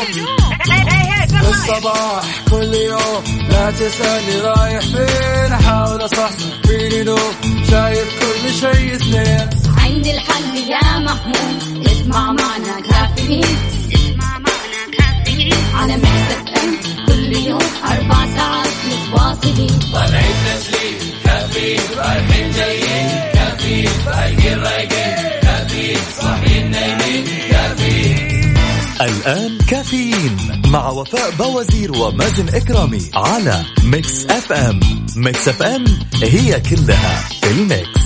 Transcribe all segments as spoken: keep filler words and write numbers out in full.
الصباح كل يوم لا تسألني رايح فين، أحاول أصحصح فيني لو شايف كل شيء سنين. عندي الحل يا محمود، اسمع معنا كافيين، اسمع معنا كافيين على ميكس اف ام كل يوم أربع ساعات متواصلين. طالعين تسليم كافيين، رايحين جايين كافيين، فايقين رايقين كافيين، صاحيين نايمين كافيين. الآن كافيين مع وفاء بوازير ومازن إكرامي على ميكس اف ام. ميكس اف ام هي كلها في الميكس.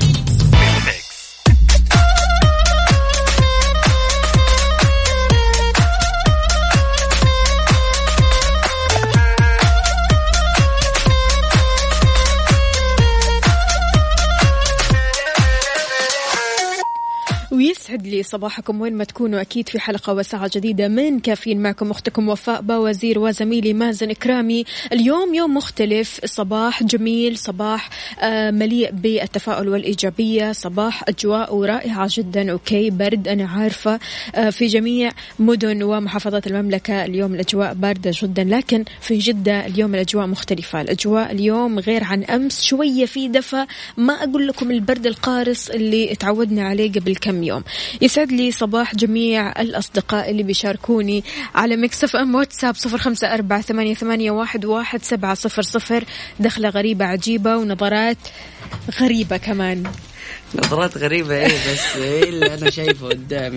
ويسعد لي صباحكم وين ما تكونوا، أكيد في حلقة وساعة جديدة من كافيين معكم أختكم وفاء باوزير وزميلي مازن إكرامي. اليوم يوم مختلف، صباح جميل، صباح آه مليء بالتفاؤل والإيجابية، صباح أجواء رائعة جدا. أوكي برد أنا عارفة آه في جميع مدن ومحافظات المملكة اليوم الأجواء باردة جدا، لكن في جدة اليوم الأجواء مختلفة. الأجواء اليوم غير عن أمس، شوية في دفى، ما أقول لكم البرد القارس اللي تعودنا عليه قبل كم يوم. يسعد لي صباح جميع الأصدقاء اللي بيشاركوني على ميكس اف ام واتساب صفر خمسة أربعة ثمانية ثمانية واحد واحد سبعة صفر صفر. دخلة غريبة عجيبة ونظرات غريبة كمان. نظرات غريبة ايه بس ايه اللي انا شايفه قدامي؟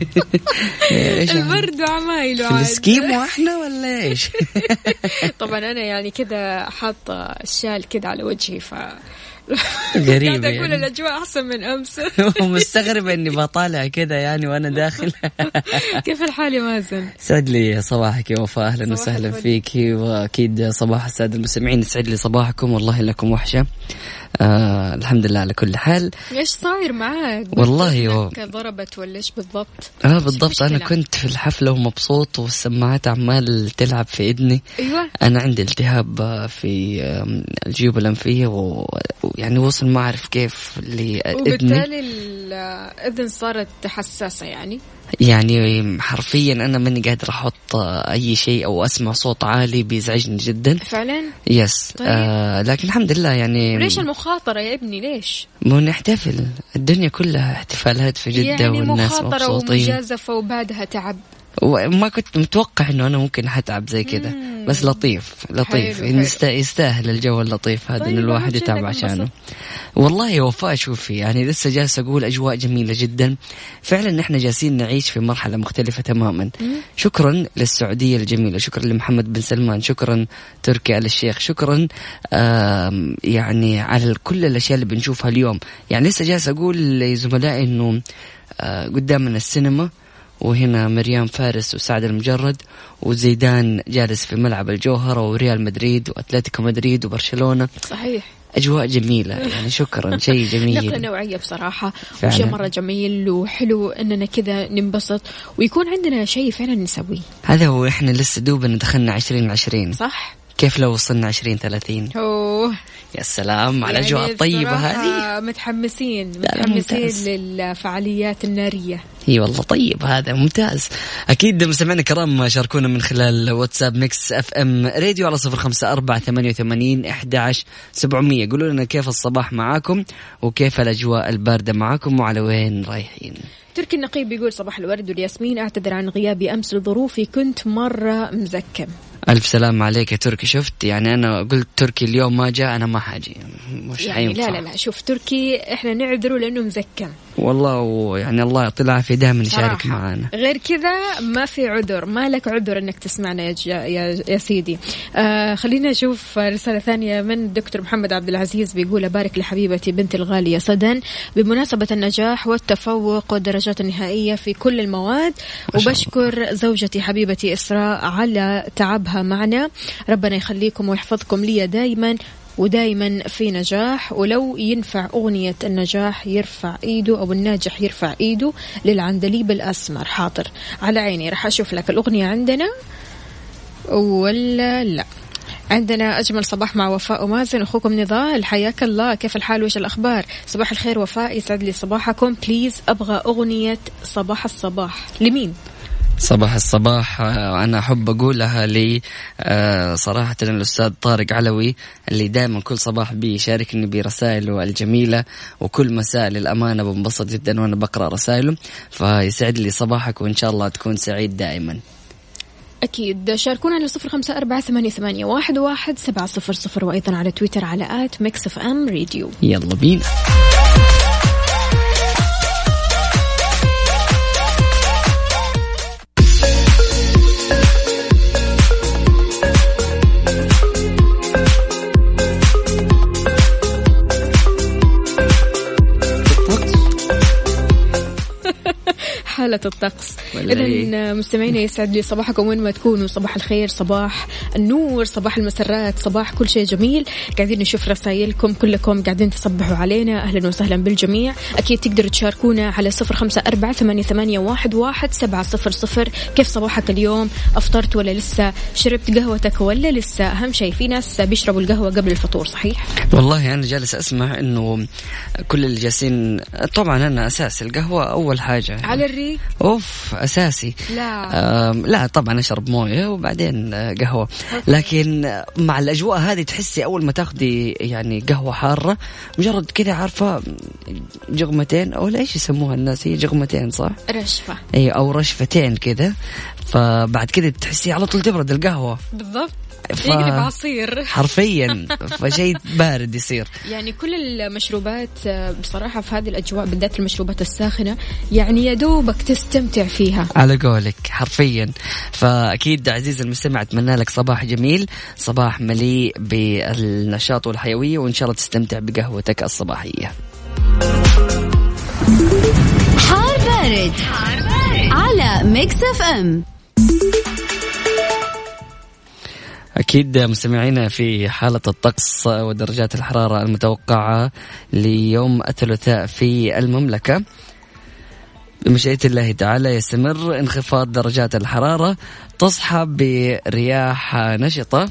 البرد وعمايله في السكيمو احنا ولا ايش؟ طبعا انا يعني كده حاطة الشال كده على وجهي، ف غريبة يعني. أقول الأجواء أحسن من أمس. ومستغربة إني بطالع كده يعني وأنا داخل. كيف الحال يا مازن؟ سعد لي صباحك يا وفاء، أهلا وسهلا فيكي، وأكيد صباح السادة المستمعين يسعد لي صباحكم، والله لكم وحشة. آه الحمد لله على كل حال. إيش صاير معاك؟ والله و... ضربت ولا إيش بالضبط؟ آه بالضبط، أنا كنت في الحفلة ومبسوط والسماعات عمال تلعب في إذني. أيوة. أنا عندي التهاب في الجيوب الأنفية و... يعني وصل ما أعرف كيف لإذني، وبالتالي الإذن صارت حساسة يعني. يعني حرفيا أنا ماني قادر أحط أي شيء أو أسمع صوت عالي بيزعجني جدا فعلا. يس. طيب. آه لكن الحمد لله يعني. ليش المخاطرة يا ابني ليش؟ مو نحتفل، الدنيا كلها احتفالات في جدة يعني والناس مخاطرة مبسوطين ومجازفة وبعدها تعب. وما كنت متوقع إنه أنا ممكن حتعب زي كده، بس لطيف لطيف يست... يستاهل الجو اللطيف هذا. طيب إن الواحد يتعب عشانه. والله يا وفاء شوفي يعني لسه جالس أقول أجواء جميلة جدا فعلا. نحن جالسين نعيش في مرحلة مختلفة تماما. شكرا للسعودية الجميلة، شكرا لمحمد بن سلمان، شكرا تركي آل الشيخ، شكرا يعني على كل الأشياء اللي بنشوفها اليوم. يعني لسه جالس أقول لزملائي إنه قدامنا السينما، وهنا مريم فارس وسعد المجرد وزيدان جالس في ملعب الجوهرة وريال مدريد وأتلتيكو مدريد وبرشلونة. صحيح، أجواء جميلة يعني. شكرا، شيء جميل، نقلة نوعية بصراحة، وشيء مرة جميل وحلو إننا كذا ننبسط ويكون عندنا شيء فعلا نسويه. هذا هو. إحنا لسه دوبنا دخلنا عشرين عشرين، صح؟ كيف لو وصلنا عشرين ثلاثين؟ أوه يا سلام على الأجواء يعني الطيبة هذه. متحمسين متحمسين للفعاليات النارية. هي والله طيب، هذا ممتاز. أكيد مستمعينا الكرام شاركونا من خلال واتساب ميكس اف ام راديو على صفر خمسة أربعة ثمانية وثمانين أحد عشر سبعمية. قولوا لنا كيف الصباح معاكم وكيف الأجواء الباردة معاكم وعلى وين رايحين. تركي النقيب بيقول صباح الورد والياسمين، أعتذر عن غيابي أمس لظروفي، كنت مرة مزكم. ألف سلام عليك يا تركي. شفت يعني أنا قلت تركي اليوم ما جاء، أنا ما حاجي مش يعني لا لا لا شوف تركي إحنا نعذره لأنه مزكم والله، ويعني الله يطلع في دائما يشارك معنا. غير كذا ما في عذر، ما لك عذر انك تسمعنا يا يا, يا سيدي. آه خلينا نشوف رسالة ثانية من الدكتور محمد عبد العزيز، بيقول بارك لحبيبتي بنت الغالية صدن بمناسبة النجاح والتفوق والدرجات النهائية في كل المواد، وبشكر زوجتي حبيبتي إسراء على تعبها معنا، ربنا يخليكم ويحفظكم لي دائما ودايما في نجاح. ولو ينفع أغنية النجاح يرفع إيده أو الناجح يرفع إيده للعندليب الأسمر. حاضر على عيني، رح أشوف لك الأغنية عندنا ولا لا. عندنا أجمل صباح مع وفاء ومازن، أخوكم نضال، حياك الله، كيف الحال وش الأخبار؟ صباح الخير وفاء، يسعد لي صباحكم. بليز أبغى أغنية صباح الصباح. لمين؟ صباح الصباح. أنا أحب أقولها لي صراحة الأستاذ طارق علوي اللي دائما كل صباح بيشاركني برسائله الجميلة، وكل مساء للأمانة بنبسط جدا وأنا بقرأ رسائله، فيسعد لي صباحك وإن شاء الله تكون سعيد دائما. أكيد. شاركونا على صفر خمسة أربعة ثمانية ثمانية واحد واحد سبعة صفر صفر، وأيضا على تويتر على آت ميكس اف ام راديو. يلا بينا. حالة الطقس. إذن مستمعينا يسعد لي صباحكم وين ما تكونوا، صباح الخير، صباح النور، صباح المسرات، صباح كل شيء جميل. قاعدين نشوف رسائلكم كلكم، قاعدين تصبحوا علينا، أهلا وسهلا بالجميع. أكيد تقدروا تشاركونا على صفر خمسة أربعة ثمانية ثمانية واحد واحد سبعة صفر صفر. كيف صباحك اليوم؟ أفطرت ولا لسه؟ شربت قهوتك ولا لسه؟ أهم شيء في ناس بيشربوا القهوة قبل الفطور، صحيح؟ والله أنا جالس أسمع إنه كل اللي جالسين، طبعا أنا أساس القهوة أول حاجة على الريق. أوف أساسي. لا لا طبعا أشرب موية وبعدين قهوة، لكن مع الأجواء هذه تحسي أول ما تاخدي يعني قهوة حارة مجرد كده عارفة جغمتين أو لا إيش يسموها الناس، هي جغمتين صح؟ رشفة. أي أو رشفتين كده، فبعد كده تحسي على طول تبرد القهوة. بالضبط. ف... يقلب عصير حرفيا، فشيء بارد يصير. يعني كل المشروبات بصراحة في هذه الأجواء بالذات المشروبات الساخنة يعني يا دوبك تستمتع فيها على قولك حرفيا. فأكيد عزيز المستمع أتمنى لك صباح جميل، صباح مليء بالنشاط والحيوية، وإن شاء الله تستمتع بقهوتك الصباحية. حار بارد, حار بارد. على ميكس اف ام. أكيد مستمعينا في حالة الطقس ودرجات الحرارة المتوقعة ليوم الثلاثاء في المملكة، بمشيئة الله تعالى يستمر انخفاض درجات الحرارة، تصحب برياح نشطة.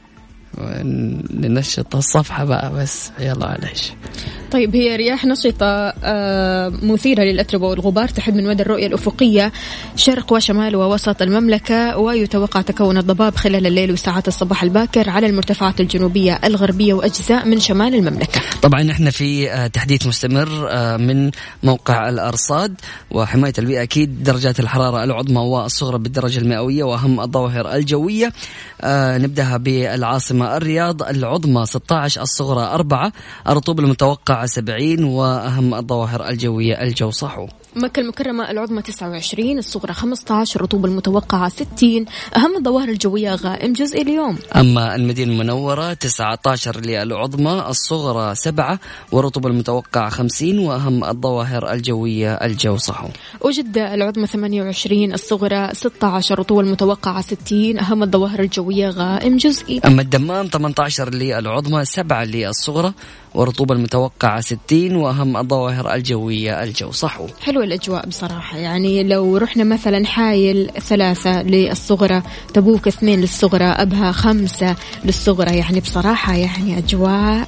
ننشط الصفحة بقى بس يلا عليش. طيب هي رياح نشطة مثيرة للأتربة والغبار تحد من مدى الرؤية الأفقية شرق وشمال ووسط المملكة، ويتوقع تكون الضباب خلال الليل وساعات الصباح الباكر على المرتفعات الجنوبية الغربية وأجزاء من شمال المملكة. طبعا احنا في تحديث مستمر من موقع الأرصاد وحماية البيئة. أكيد درجات الحرارة العظمى والصغرى بالدرجة المئوية وأهم الظواهر الجوية. نبدأها بالعاصمة الرياض، العظمى ستة عشر، الصغرى أربعة، الرطوبة المتوقعة سبعين، وأهم الظواهر الجوية الجو صحو. مكة المكرمة العظمى تسعة وعشرين، الصغرى خمسة عشر، الرطوبة المتوقعة ستين، أهم الظواهر الجوية غائم جزئي اليوم. أما المدينة المنورة تسعة عشر للعظمى، الصغرى سبعة، والرطوبة المتوقعة خمسين، وأهم الظواهر الجوية الجو صحو. وجدة العظمى ثمانية وعشرين، الصغرى ستة عشر، الرطوبة المتوقعة ستين، أهم الظواهر الجوية غائم جزئي. أما الدمام ثمانية عشر للعظمى، سبعة للصغرى، والرطوبة المتوقعة ستين، وأهم الظواهر الجوية الجو صحو. حلوة الأجواء بصراحة، يعني لو رحنا مثلا حايل ثلاثة للصغرى، تبوك اثنين للصغرى، أبها خمسة للصغرى، يعني بصراحة يعني أجواء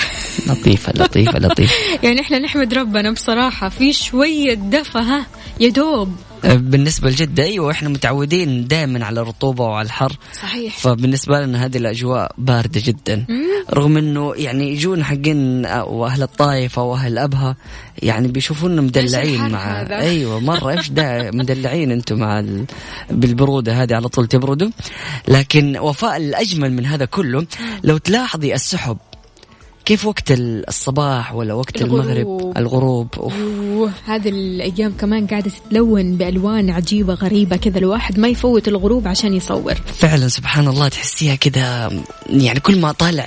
لطيفة لطيفة لطيفة. يعني إحنا نحمد ربنا بصراحة في شوية دفى ها يدوب. بالنسبة لجدة أيوة إحنا متعودين دائما على الرطوبة وعلى الحر، صحيح. فبالنسبة لنا هذه الأجواء باردة جدا. مم. رغم إنه يعني يجون حقين وأهل الطائف أو أهل أبها يعني بيشوفونا مدلعين مع هذا. أيوة مرة إيش ده مدلعين أنتم مع ال... بالبرودة هذه على طول تبردوا. لكن وفاء الأجمل من هذا كله لو تلاحظي السحب كيف وقت الصباح ولا وقت الغروب. المغرب الغروب أوه. هذه الأيام كمان قاعدة تتلون بألوان عجيبة غريبة كذا، الواحد ما يفوت الغروب عشان يصور. فعلا سبحان الله تحسيها كذا، يعني كل ما طالع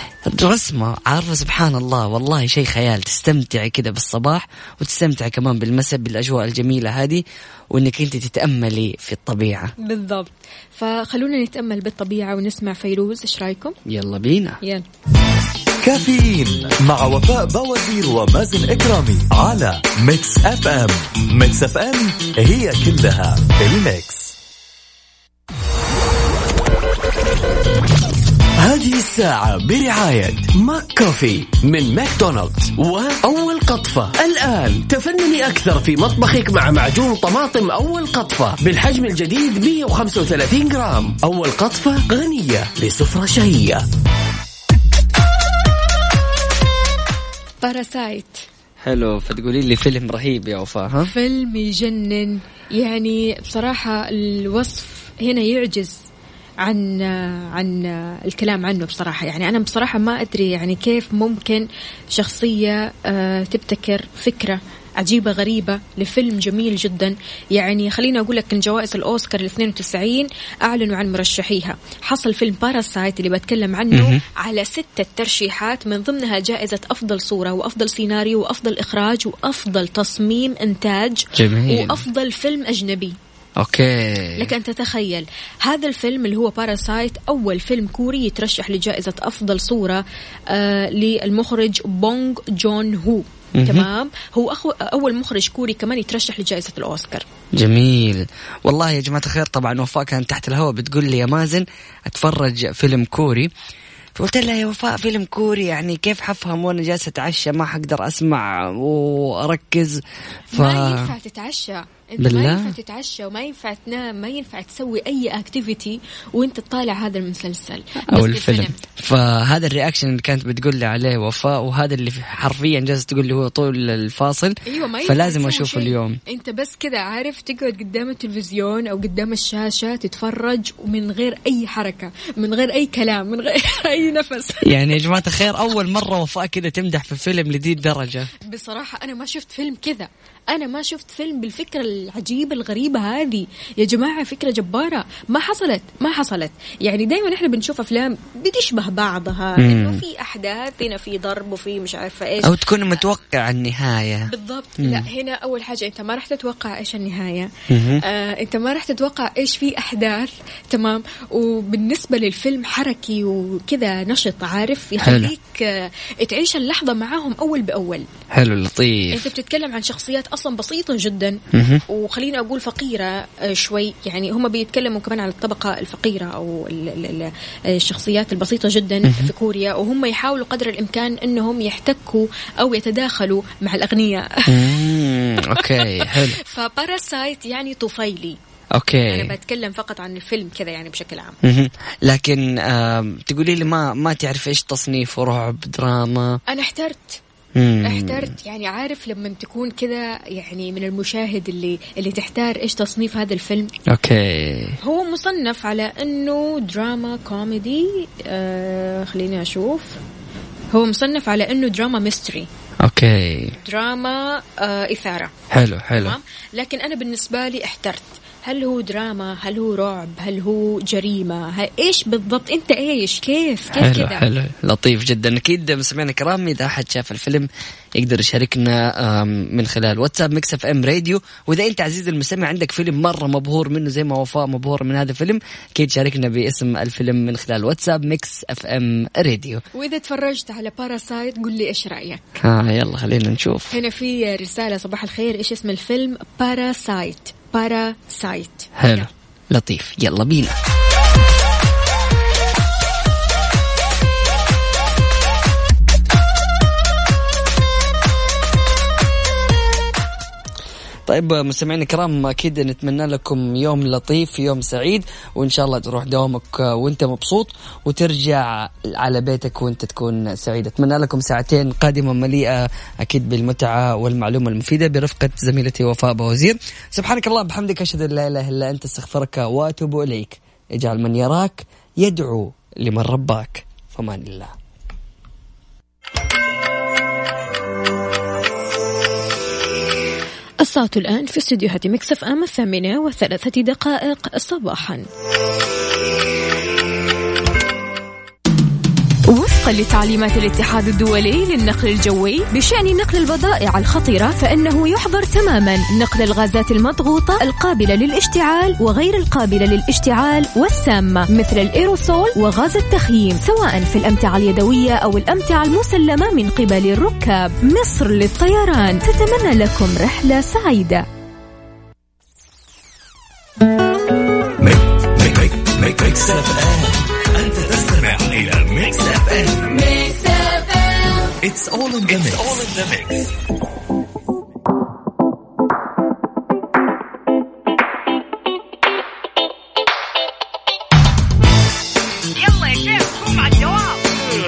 رسمة عارفة سبحان الله والله شيء خيال. تستمتعي كذا بالصباح وتستمتعي كمان بالمساء بالأجواء الجميلة هذه، وإنك أنت تتأملي في الطبيعة. بالضبط. فخلونا نتأمل بالطبيعة ونسمع فيروز. إيش رأيكم؟ يلا بينا. يلا. كافيين مع وفاء بوازير ومازن إكرامي على ميكس اف ام. ميكس اف ام هي كلها الميكس. هذه الساعة برعاية ماك كوفي من ماكدونالدز وأول قطفة. الآن تفنني أكثر في مطبخك مع معجون طماطم أول قطفة بالحجم الجديد مية وخمسة وثلاثين جرام. أول قطفة غنية لسفرة شهية. باراسايت. حلو، فتقولي لي فيلم رهيب يا وفاء. ها فيلم يجنن يعني بصراحة، الوصف هنا يعجز عن عن الكلام عنه بصراحة. يعني أنا بصراحة ما أدري يعني كيف ممكن شخصية تبتكر فكرة عجيبة غريبة لفيلم جميل جدا. يعني خليني أقول لك إن جوائز الأوسكار الاثنين وتسعين أعلنوا عن مرشحيها. حصل فيلم باراسايت اللي بتكلم عنه على ستة ترشيحات، من ضمنها جائزة أفضل صورة وأفضل سيناريو وأفضل إخراج وأفضل تصميم إنتاج جميل. وأفضل فيلم أجنبي. أوكي. لك أن تتخيل هذا الفيلم اللي هو باراسايت أول فيلم كوري يترشح لجائزة أفضل صورة آه للمخرج بونغ جون هو. تمام، هو أخو أول مخرج كوري كمان يترشح لجائزة الأوسكار. جميل والله يا جماعة الخير. طبعا وفاء كانت تحت الهواء بتقول لي يا مازن أتفرج فيلم كوري، فقلت لها يا وفاء فيلم كوري يعني كيف حفهم وانا جالسة اتعشى، ما حقدر اسمع واركز. ف... ما ينفع تتعشى انت بالله؟ ما ينفع تتعشى وما ينفع تنام، ما ينفع تسوي اي اكتيفيتي وانت تطالع هذا المسلسل او الفيلم. فهذا الرياكشن اللي كانت بتقول لي عليه وفاء، وهذا اللي حرفيا جالسة تقول لي هو طول الفاصل. أيوة، ما فلازم اشوفه اليوم. انت بس كذا عارف تقعد قدام التلفزيون او قدام الشاشة تتفرج ومن غير اي حركة، من غير اي كلام، من غير اي نفس. يعني يا جماعة الخير أول مرة وفاء كذا تمدح في فيلم لدي الدرجة. بصراحة أنا ما شفت فيلم كذا، أنا ما شفت فيلم بالفكرة العجيبة الغريبة هذه يا جماعة. فكرة جبارة ما حصلت ما حصلت يعني دايما إحنا بنشوف أفلام بتشبه بعضها، إنه في أحداث هنا في ضرب وفي مش عارفة إيش، أو تكون متوقع النهاية بالضبط. مم. لا هنا أول حاجة أنت ما راح تتوقع إيش النهاية، آه أنت ما راح تتوقع إيش في أحداث. تمام. وبالنسبة للفيلم حركي وكذا نشط، عارف يخليك آه تعيش اللحظة معاهم أول بأول. حلو لطيف. أنت بتتكلم عن شخصيات أصلا بسيطة جدا، وخلينا أقول فقيرة شوي. يعني هم بيتكلموا كمان عن الطبقة الفقيرة أو الشخصيات البسيطة جدا في كوريا، وهم يحاولوا قدر الإمكان أنهم يحتكوا أو يتداخلوا مع الأغنياء. أوكي حلو. فباراسايت يعني طفيلي. أوكي. أنا بتكلم فقط عن الفيلم كذا يعني بشكل عام. لكن تقولي لي ما ما تعرف إيش تصنيف، رعب دراما؟ أنا احترت احترت يعني عارف لما تكون كذا يعني من المشاهد اللي اللي تحتار ايش تصنيف هذا الفيلم. اوكي. هو مصنف على انه دراما كوميدي، آه خليني اشوف، هو مصنف على انه دراما ميستري. اوكي. دراما آه اثارة. حلو حلو. تمام. لكن انا بالنسبة لي احترت، هل هو دراما، هل هو رعب، هل هو جريمة، ايش بالضبط انت ايش كيف كيف كذا. حلو لطيف جدا. اكيد مستمعينا الكرام اذا احد شاف الفيلم يقدر يشاركنا من خلال واتساب ميكس اف ام راديو. واذا انت عزيزي المستمع عندك فيلم مره مبهور منه زي ما وفاء مبهور من هذا الفيلم، اكيد شاركنا باسم الفيلم من خلال واتساب ميكس اف ام راديو. واذا تفرجت على باراسايت قل لي ايش رايك. ها يلا خلينا نشوف. هنا في رساله، صباح الخير، ايش اسم الفيلم؟ باراسايت. باراسايت. حلو لطيف، يلا بينا. طيب مستمعينا الكرام، أكيد نتمنى لكم يوم لطيف، يوم سعيد، وإن شاء الله تروح دوامك وإنت مبسوط وترجع على بيتك وإنت تكون سعيد. أتمنى لكم ساعتين قادمة مليئة أكيد بالمتعة والمعلومة المفيدة برفقة زميلتي وفاء بوزير. سبحانك الله بحمدك، أشهد أن لا إله إلا أنت، استغفرك وأتوب إليك. اجعل من يراك يدعو لمن رباك. فمان الله. الساعة الآن في استديوهات ميكس اف ام الثامنة وثلاثة دقائق صباحا. وفقا لتعليمات الاتحاد الدولي للنقل الجوي بشأن نقل البضائع الخطيرة، فإنه يحظر تماما نقل الغازات المضغوطة القابلة للاشتعال وغير القابلة للاشتعال والسامة مثل الإيروسول وغاز التخييم، سواء في الأمتعة اليدوية أو الأمتعة المسلمة من قبل الركاب. مصر للطيران تتمنى لكم رحلة سعيدة. أنت تستمع إلى It's all in the mix. All in the mix. يلا يا شيخ قوم على الدوام.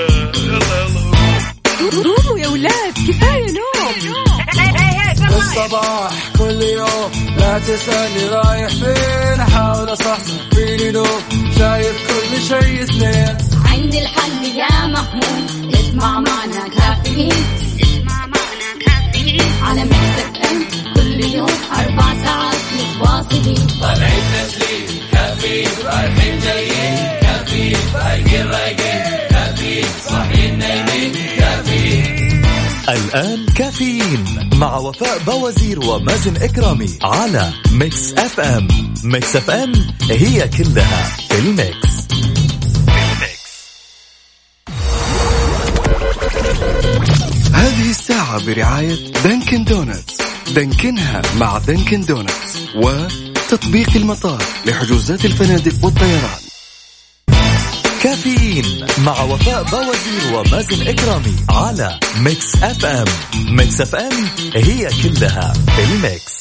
قوموا يا ولاد كفاية نوم. الصباح كل يوم لا تسألني رايح فين أحاول أصحصح فيني نوم شايف كل شيء سنين عندي الحل يا محمود اسمع معنا كافيين اسمع معنا كافيين على ميكس اف ام كل يوم أربع ساعات متواصلين طالعين تسليم كافيين رايحين جايين كافيين فايقين رايقين كافيين صاحيين نايمين كافيين. الآن كافيين مع وفاء بوازير ومازن إكرامي على ميكس اف ام. ميكس اف ام هي كلها في الميكس. هذه الساعة برعاية دانكن دونتس. دانكنها مع دانكن دونتس وتطبيق المطار لحجوزات الفنادق والطيران. كافيين مع وفاء بوازير ومازن إكرامي على ميكس اف ام. ميكس اف ام هي كلها في الميكس.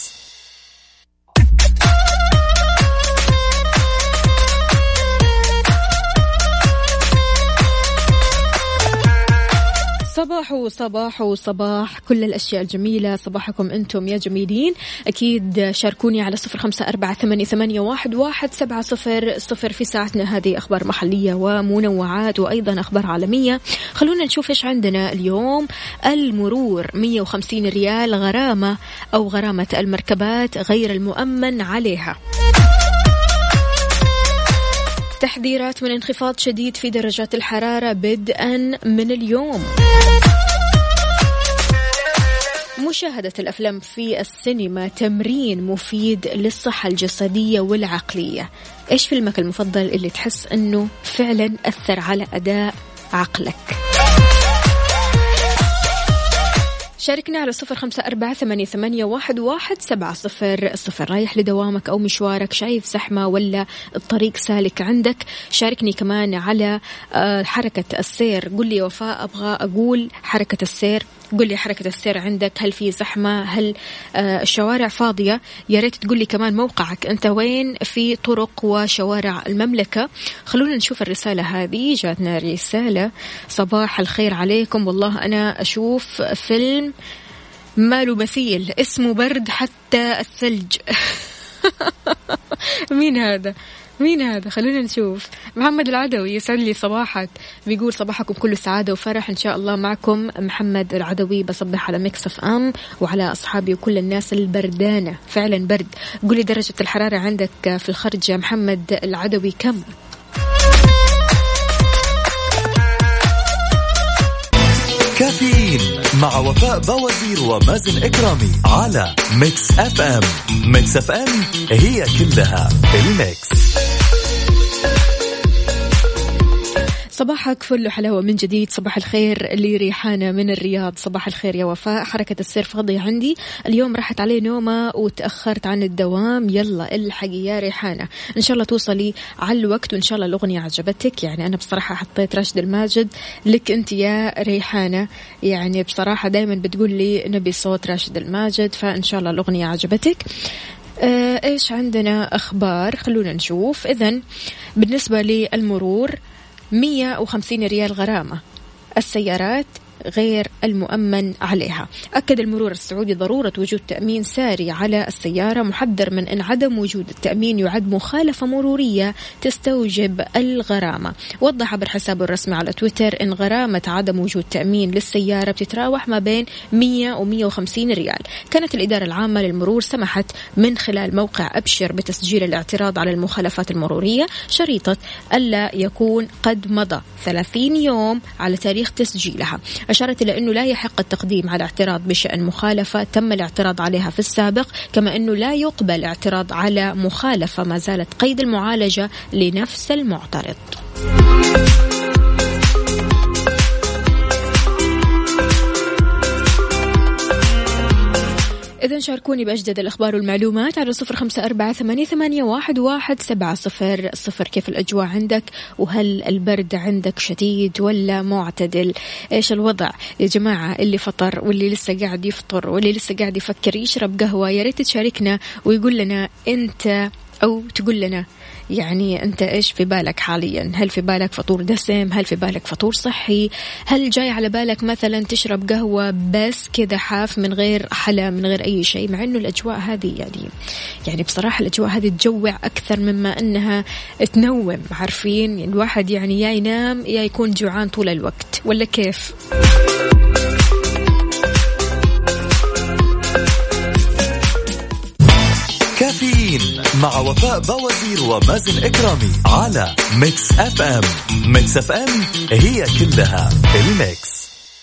صباح وصباح وصباح كل الأشياء الجميلة. صباحكم أنتم يا جميلين. أكيد شاركوني على صفر خمسة أربعة ثمانية ثمانية واحد واحد سبعة صفر صفر. في ساعتنا هذه أخبار محلية ومنوعات وأيضا أخبار عالمية. خلونا نشوف إيش عندنا اليوم. المرور مية وخمسين ريال غرامة أو غرامة المركبات غير المؤمن عليها. تحذيرات من انخفاض شديد في درجات الحرارة بدءا من اليوم. مشاهدة الأفلام في السينما تمرين مفيد للصحة الجسدية والعقلية. إيش فيلمك المفضل اللي تحس أنه فعلا أثر على أداء عقلك؟ شاركنا على صفر خمسة أربعة ثمانية ثمانية واحد واحد سبعة صفر صفر. رايح لدوامك أو مشوارك، شايف زحمة ولا الطريق سالك عندك؟ شاركني كمان على حركة السير. قل لي وفاء أبغى أقول حركة السير. قل لي حركة السير عندك، هل في زحمة؟ هل الشوارع فاضية؟ يا ريت تقول لي كمان موقعك أنت وين في طرق وشوارع المملكة. خلونا نشوف الرسالة هذه. جاتنا رسالة: صباح الخير عليكم، والله أنا أشوف فيلم ما له مثيل اسمه برد حتى الثلج. مين هذا؟ مين هذا؟ خلونا نشوف. محمد العدوي يسعد لي صباحك، بيقول صباحكم كله سعادة وفرح إن شاء الله. معكم محمد العدوي، بصبح على ميكس اف ام وعلى أصحابي وكل الناس البردانة. فعلا برد. قولي درجة الحرارة عندك في الخرج يا محمد العدوي كم؟ كافيين مع وفاء بوازير ومازن إكرامي على ميكس اف ام. ميكس اف ام هي كلها في الميكس. صباحك فل حلاوة من جديد. صباح الخير لريحانة من الرياض. صباح الخير يا وفاء، حركة السير فاضية عندي اليوم، راحت علي نومة وتأخرت عن الدوام. يلا الحقي يا ريحانة، إن شاء الله توصلي على الوقت وإن شاء الله الأغنية عجبتك. يعني أنا بصراحة حطيت راشد الماجد لك أنت يا ريحانة، يعني بصراحة دايما بتقول لي نبي صوت راشد الماجد، فإن شاء الله الأغنية عجبتك. آه إيش عندنا أخبار؟ خلونا نشوف. إذن بالنسبة للمرور مية وخمسين ريال غرامة السيارات غير المؤمن عليها. أكد المرور السعودي ضرورة وجود تأمين ساري على السيارة، محذر من أن عدم وجود التأمين يعد مخالفة مرورية تستوجب الغرامة. وضح عبر حسابه الرسمي على تويتر أن غرامة عدم وجود تأمين للسيارة بتتراوح ما بين مية ومية وخمسين ريال. كانت الإدارة العامة للمرور سمحت من خلال موقع أبشر بتسجيل الاعتراض على المخالفات المرورية، شريطة ألا يكون قد مضى ثلاثين يوم على تاريخ تسجيلها. أشارت إلى أنه لا يحق التقديم على اعتراض بشأن مخالفة تم الاعتراض عليها في السابق، كما أنه لا يقبل اعتراض على مخالفة ما زالت قيد المعالجة لنفس المعترض. إذا شاركوني بأجدد الأخبار والمعلومات على صفر خمسة أربعة ثمانية ثمانية واحد واحد سبعة صفر صفر. كيف الأجواء عندك؟ وهل البرد عندك شديد ولا معتدل؟ إيش الوضع يا جماعة؟ اللي فطر واللي لسه قاعد يفطر واللي لسه قاعد يفكر يشرب قهوة، يا ريت تشاركنا ويقول لنا أنت، أو تقول لنا يعني أنت إيش في بالك حاليا؟ هل في بالك فطور دسم؟ هل في بالك فطور صحي؟ هل جاي على بالك مثلا تشرب قهوة بس كذا حاف من غير حلا من غير أي شيء؟ مع إنه الأجواء هذه يعني يعني بصراحة الأجواء هذه تجوع أكثر مما أنها تنوم، عارفين؟ الواحد يعني يا ينام يا يكون جوعان طول الوقت، ولا كيف؟ كافيين مع وفاء بوازير ومازن إكرامي على ميكس اف ام. ميكس اف ام هي كلها الميكس.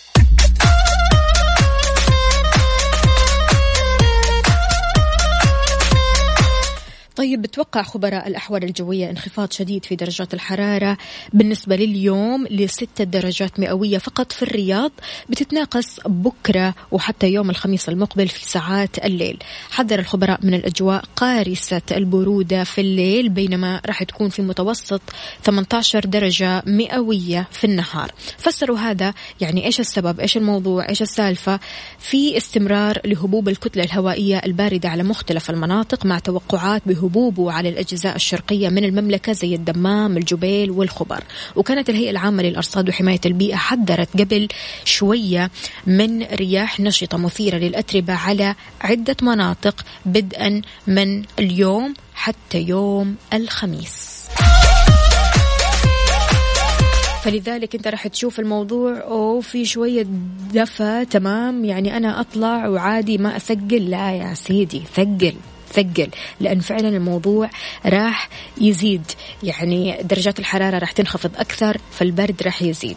طيب، بتوقع خبراء الأحوال الجوية انخفاض شديد في درجات الحرارة بالنسبة لليوم لستة درجات مئوية فقط في الرياض، بتتناقص بكرة وحتى يوم الخميس المقبل في ساعات الليل. حذر الخبراء من الأجواء قارسة البرودة في الليل، بينما راح تكون في متوسط ثمانية عشر درجة مئوية في النهار. فسروا هذا، يعني إيش السبب؟ إيش الموضوع؟ إيش السالفة؟ في استمرار لهبوب الكتلة الهوائية الباردة على مختلف المناطق، مع توقعات بهبوبه على الأجزاء الشرقية من المملكة زي الدمام، الجبيل والخبر. وكانت الهيئة العامة للأرصاد وحماية البيئة حذرت قبل شوية من رياح نشطة مثيرة للأتربة على عدة مناطق بدءا من اليوم حتى يوم الخميس. فلذلك انت راح تشوف الموضوع او في شوية دفا، تمام، يعني انا اطلع وعادي ما اثقل، لا يا سيدي، ثقل ثقل، لأن فعلا الموضوع راح يزيد، يعني درجات الحرارة راح تنخفض أكثر، فالبرد راح يزيد.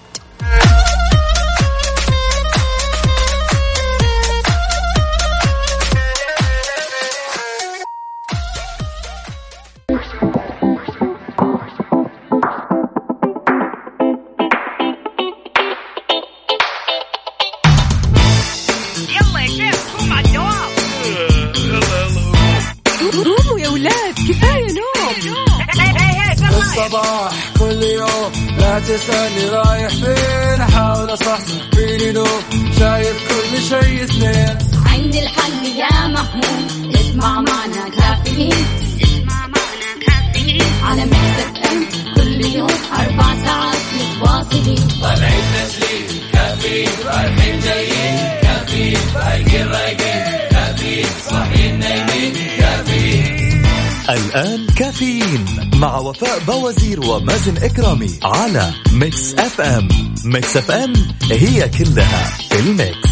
الصباح كل يوم لا تسألني رايح فين، أحاول أصحصح فيني نوم، شايف كل شيء سنين. عندي الحل يا محمود، اسمع معنا كافيين، اسمع معنا كافيين على ميكس اف ام، كل يوم أربع ساعات متواصلين. طالعين تسليم كافيين، رايحين جايين كافيين، رايقين رايقين كافيين، صاحيين نايمين كافيين. الآن كافيين مع وفاء بوازير ومازن إكرامي على ميكس اف ام. ميكس اف ام هي كلها الميكس.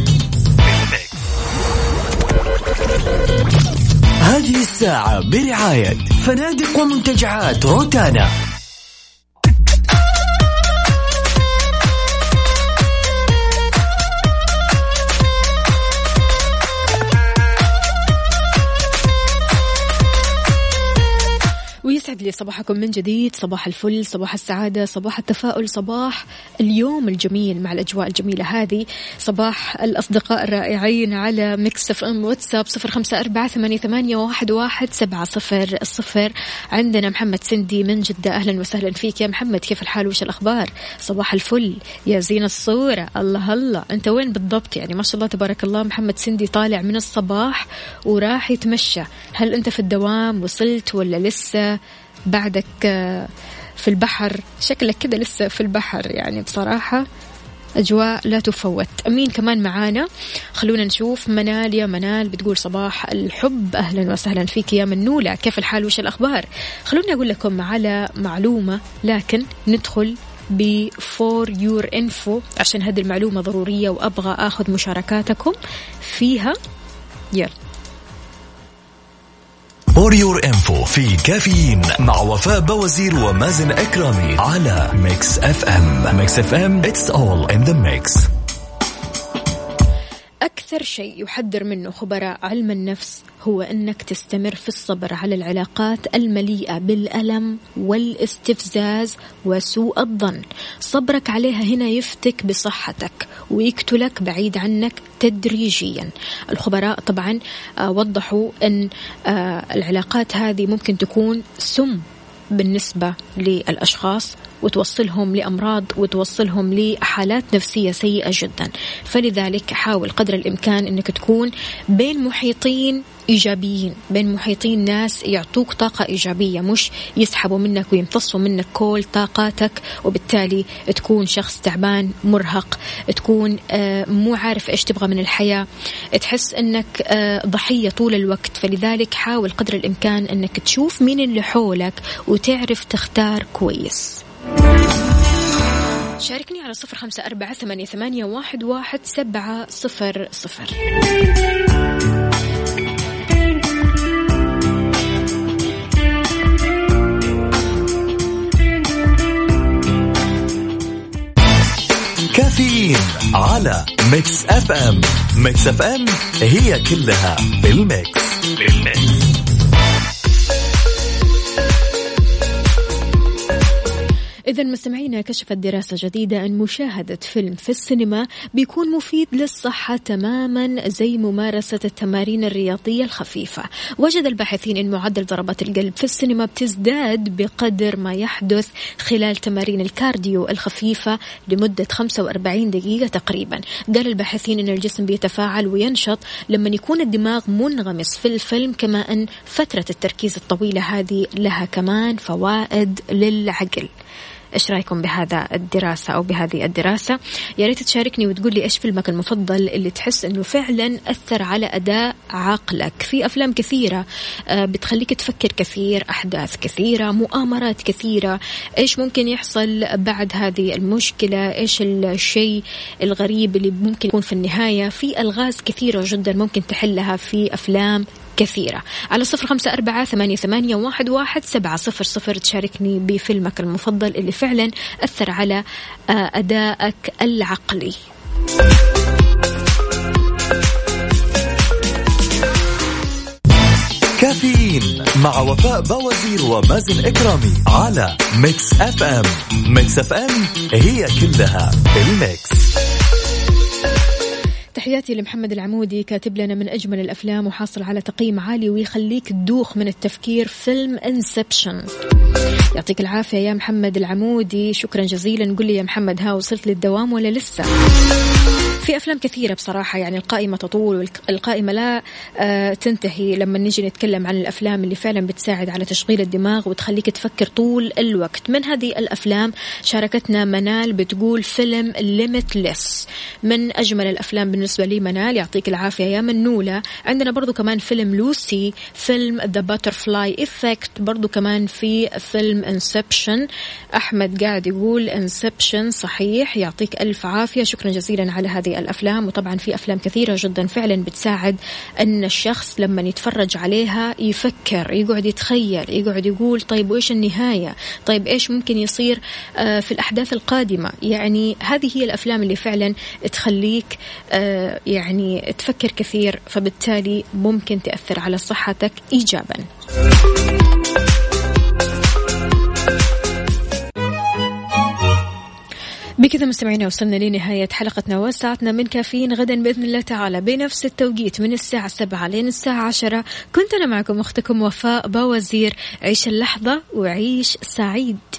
هذه الساعة برعاية فنادق ومنتجعات روتانا. ويسعد لي صباحكم من جديد، صباح الفل، صباح السعادة، صباح التفاؤل، صباح اليوم الجميل مع الأجواء الجميلة هذه، صباح الأصدقاء الرائعين على ميكس اف ام. واتساب صفر خمسة أربعة ثمانية ثمانية واحد واحد سبعة صفر الصفر. عندنا محمد سندي من جدة، أهلا وسهلا فيك يا محمد، كيف الحال وش الأخبار؟ صباح الفل يا زين الصورة، الله الله، أنت وين بالضبط؟ يعني ما شاء الله تبارك الله، محمد سندي طالع من الصباح وراح يتمشى. هل أنت في الدوام وصلت ولا لسه بعدك في البحر؟ شكلك كده لسه في البحر، يعني بصراحة أجواء لا تفوت. أمين كمان معانا، خلونا نشوف. منال، يا منال بتقول صباح الحب، أهلا وسهلا فيك يا منولة، كيف الحال وش الأخبار؟ خلوني أقول لكم على معلومة، لكن ندخل بفور يور انفو عشان هذه المعلومة ضرورية وأبغى أخذ مشاركاتكم فيها. يلا For your info في كافيين مع وفاء بوازير ومازن إكرامي على ميكس اف ام. ميكس اف ام it's all in the mix. أكثر شيء يحذر منه خبراء علم النفس هو أنك تستمر في الصبر على العلاقات المليئة بالألم والاستفزاز وسوء الظن. صبرك عليها هنا يفتك بصحتك ويقتلك بعيد عنك تدريجيا. الخبراء طبعا وضحوا أن العلاقات هذه ممكن تكون سم بالنسبة للأشخاص وتوصلهم لأمراض وتوصلهم لحالات نفسية سيئة جدا. فلذلك حاول قدر الإمكان أنك تكون بين محيطين إيجابيين، بين محيطين ناس يعطوك طاقة إيجابية، مش يسحبوا منك ويمتصوا منك كل طاقاتك، وبالتالي تكون شخص تعبان مرهق، تكون مو عارف إيش تبغى من الحياة، تحس أنك ضحية طول الوقت. فلذلك حاول قدر الإمكان أنك تشوف مين اللي حولك وتعرف تختار كويس. شاركني على صفر خمسة أربعة ثمانية ثمانية واحد واحد سبعة صفر صفر. كافيين على ميكس اف ام. ميكس اف ام هي كلها بالميكس بالميكس. إذا مستمعينا، كشفت دراسة جديدة أن مشاهدة فيلم في السينما بيكون مفيد للصحة تماما زي ممارسة التمارين الرياضية الخفيفة. وجد الباحثين أن معدل ضربات القلب في السينما بتزداد بقدر ما يحدث خلال تمارين الكارديو الخفيفة لمدة خمسة وأربعين دقيقة تقريبا. قال الباحثين أن الجسم بيتفاعل وينشط لما يكون الدماغ منغمس في الفيلم، كما أن فترة التركيز الطويلة هذه لها كمان فوائد للعقل. إيش رأيكم بهذا الدراسة أو بهذه الدراسة؟ يا ريت تشاركني وتقول لي إيش فيلمك المفضل اللي تحس إنه فعلا أثر على أداء عقلك. في أفلام كثيرة بتخليك تفكر كثير، أحداث كثيرة، مؤامرات كثيرة. إيش ممكن يحصل بعد هذه المشكلة؟ إيش الشيء الغريب اللي ممكن يكون في النهاية؟ في ألغاز كثيرة جدا ممكن تحلها في أفلام كثيرة. على صفر خمسة أربعة ثمانية ثمانية واحد واحد سبعة صفر صفر تشاركني بفيلمك المفضل اللي فعلا أثر على أدائك العقلي. كافيين مع وفاء بوازير ومازن إكرامي على ميكس اف ام. ميكس اف ام هي كلها الميكس. تحياتي لمحمد العمودي، كاتب لنا من أجمل الأفلام وحاصل على تقييم عالي ويخليك تدوخ من التفكير، فيلم انسبشن. يعطيك العافية يا محمد العمودي، شكرا جزيلا. قل لي يا محمد، ها وصلت للدوام ولا لسه؟ في أفلام كثيرة بصراحة، يعني القائمة تطول والقائمة لا آه تنتهي لما نيجي نتكلم عن الأفلام اللي فعلا بتساعد على تشغيل الدماغ وتخليك تفكر طول الوقت. من هذه الأفلام شاركتنا منال، بتقول فيلم ليميتلس من أجمل الأفلام بالنسبة لي. منال يعطيك العافية يا منولة. عندنا برضو كمان فيلم لوسي، فيلم The Butterfly Effect، برضو كمان في فيلم انسبشن. أحمد قاعد يقول انسبشن صحيح، يعطيك ألف عافية، شكرا جزيلا على هذه الأفلام. وطبعا في أفلام كثيرة جدا فعلا بتساعد أن الشخص لما يتفرج عليها يفكر، يقعد يتخيل، يقعد يقول طيب وإيش النهاية، طيب إيش ممكن يصير في الأحداث القادمة. يعني هذه هي الأفلام اللي فعلا تخليك يعني تفكر كثير، فبالتالي ممكن تأثر على صحتك إيجابا. بكذا مستمعينا وصلنا لنهاية حلقتنا وساعتنا من كافيين. غدا بإذن الله تعالى بنفس التوقيت من الساعة سبعة لين الساعة عشرة كنت أنا معكم أختكم وفاء باوزير. عيش اللحظة وعيش سعيد.